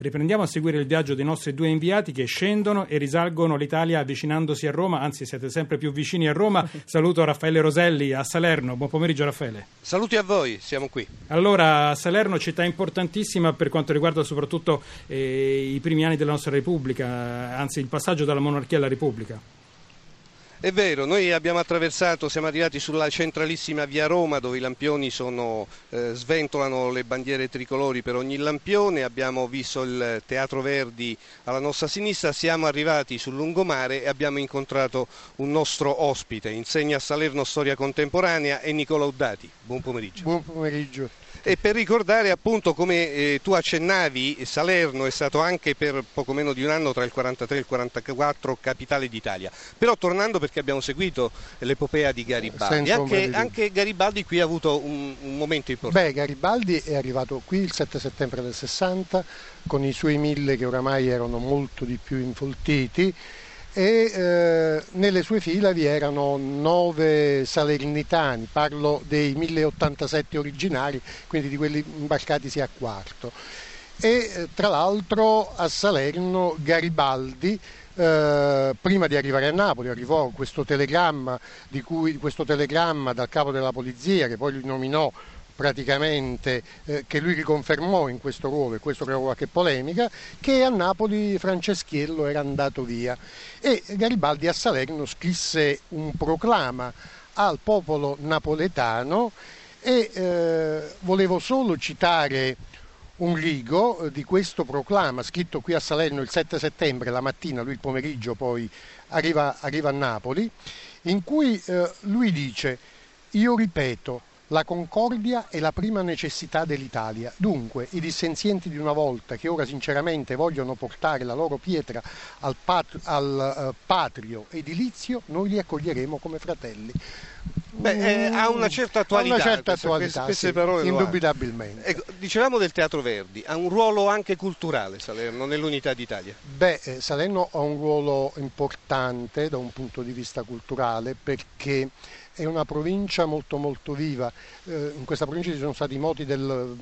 Riprendiamo a seguire il viaggio dei nostri due inviati che scendono e risalgono l'Italia avvicinandosi a Roma, anzi siete sempre più vicini a Roma. Saluto Raffaele Roselli a Salerno. Buon pomeriggio Raffaele. Saluti a voi, siamo qui. Allora, Salerno, città importantissima per quanto riguarda soprattutto i primi anni della nostra Repubblica, anzi il passaggio dalla monarchia alla Repubblica. È vero, noi abbiamo attraversato, siamo arrivati sulla centralissima via Roma dove i lampioni sventolano le bandiere tricolori per ogni lampione, abbiamo visto il Teatro Verdi alla nostra sinistra, siamo arrivati sul lungomare e abbiamo incontrato un nostro ospite, insegna a Salerno storia contemporanea, è Nicola Uddati. Buon pomeriggio. Buon pomeriggio. E per ricordare appunto come tu accennavi, Salerno è stato anche per poco meno di un anno tra il 43 e il 44 capitale d'Italia, però tornando perché abbiamo seguito l'epopea di Garibaldi, anche Garibaldi qui ha avuto un momento importante. Garibaldi è arrivato qui il 7 settembre del 60 con i suoi 1000 che oramai erano molto di più infoltiti e nelle sue fila vi erano 9 salernitani, parlo dei 1087 originari, quindi di quelli imbarcatisi a quarto. E tra l'altro a Salerno Garibaldi prima di arrivare a Napoli arrivò questo telegramma dal capo della polizia che poi lui nominò praticamente, che lui riconfermò in questo ruolo, e questo creò qualche polemica, che a Napoli Franceschiello era andato via e Garibaldi a Salerno scrisse un proclama al popolo napoletano e volevo solo citare un rigo di questo proclama scritto qui a Salerno il 7 settembre, la mattina, lui il pomeriggio poi arriva a Napoli, in cui lui dice: io ripeto, la concordia è la prima necessità dell'Italia. Dunque, i dissenzienti di una volta che ora sinceramente vogliono portare la loro pietra al patrio edilizio, noi li accoglieremo come fratelli. Ha una certa attualità, queste sì, parole indubitabilmente. Ecco, dicevamo del Teatro Verdi, ha un ruolo anche culturale Salerno nell'unità d'Italia? Salerno ha un ruolo importante da un punto di vista culturale perché è una provincia molto molto viva. In questa provincia ci sono stati i moti del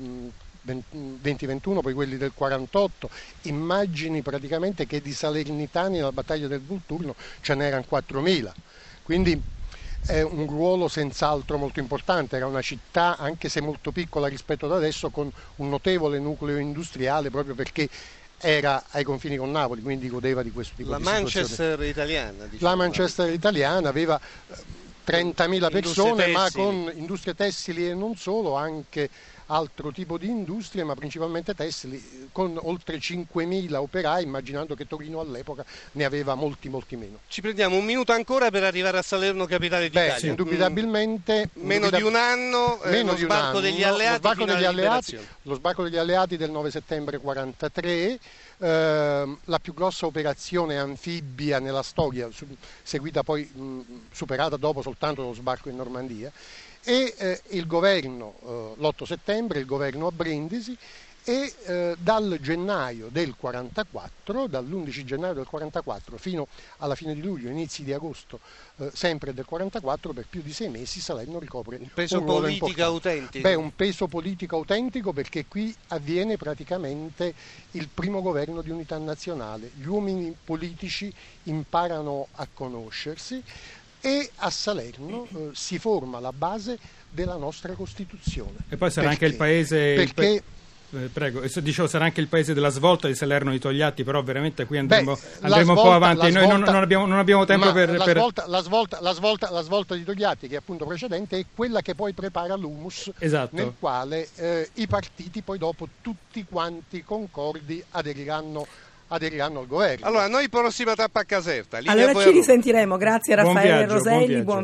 2021, poi quelli del 48, immagini praticamente che di salernitani nella battaglia del Volturno ce n'erano 4.000, quindi è un ruolo senz'altro molto importante. Era una città, anche se molto piccola rispetto ad adesso, con un notevole nucleo industriale proprio perché era ai confini con Napoli, quindi godeva di questo tipo di situazione. Manchester italiana, diciamo. La Manchester italiana aveva 30.000 persone, ma con industrie tessili e non solo, anche altro tipo di industrie, ma principalmente tessili, con oltre 5.000 operai, immaginando che Torino all'epoca ne aveva molti meno. Ci prendiamo un minuto ancora per arrivare a Salerno, capitale d'Italia. Sì, indubitabilmente. Meno di un anno, lo sbarco degli alleati. Lo sbarco degli alleati del 9 settembre 43, la più grossa operazione anfibia nella storia, seguita poi, superata dopo soltanto lo sbarco in Normandia, e il governo l'8 settembre, il governo a Brindisi, e dal gennaio del 44, dall'11 gennaio del 44 fino alla fine di luglio, inizi di agosto sempre del 44, per più di 6 mesi Salerno ricopre un peso politico autentico. Un peso politico autentico, perché qui avviene praticamente il primo governo di unità nazionale, gli uomini politici imparano a conoscersi e a Salerno si forma la base della nostra Costituzione. E poi sarà anche il paese... Prego, dicevo, sarà anche il paese della svolta di Salerno di Togliatti, però veramente qui andremo un po' avanti. Noi non abbiamo tempo per... La svolta di Togliatti, che è appunto precedente, è quella che poi prepara l'humus, esatto, nel quale i partiti poi dopo tutti quanti concordi aderiranno al governo. Allora, noi prossima tappa a Caserta. Allora ci risentiremo, grazie Raffaele Roselli.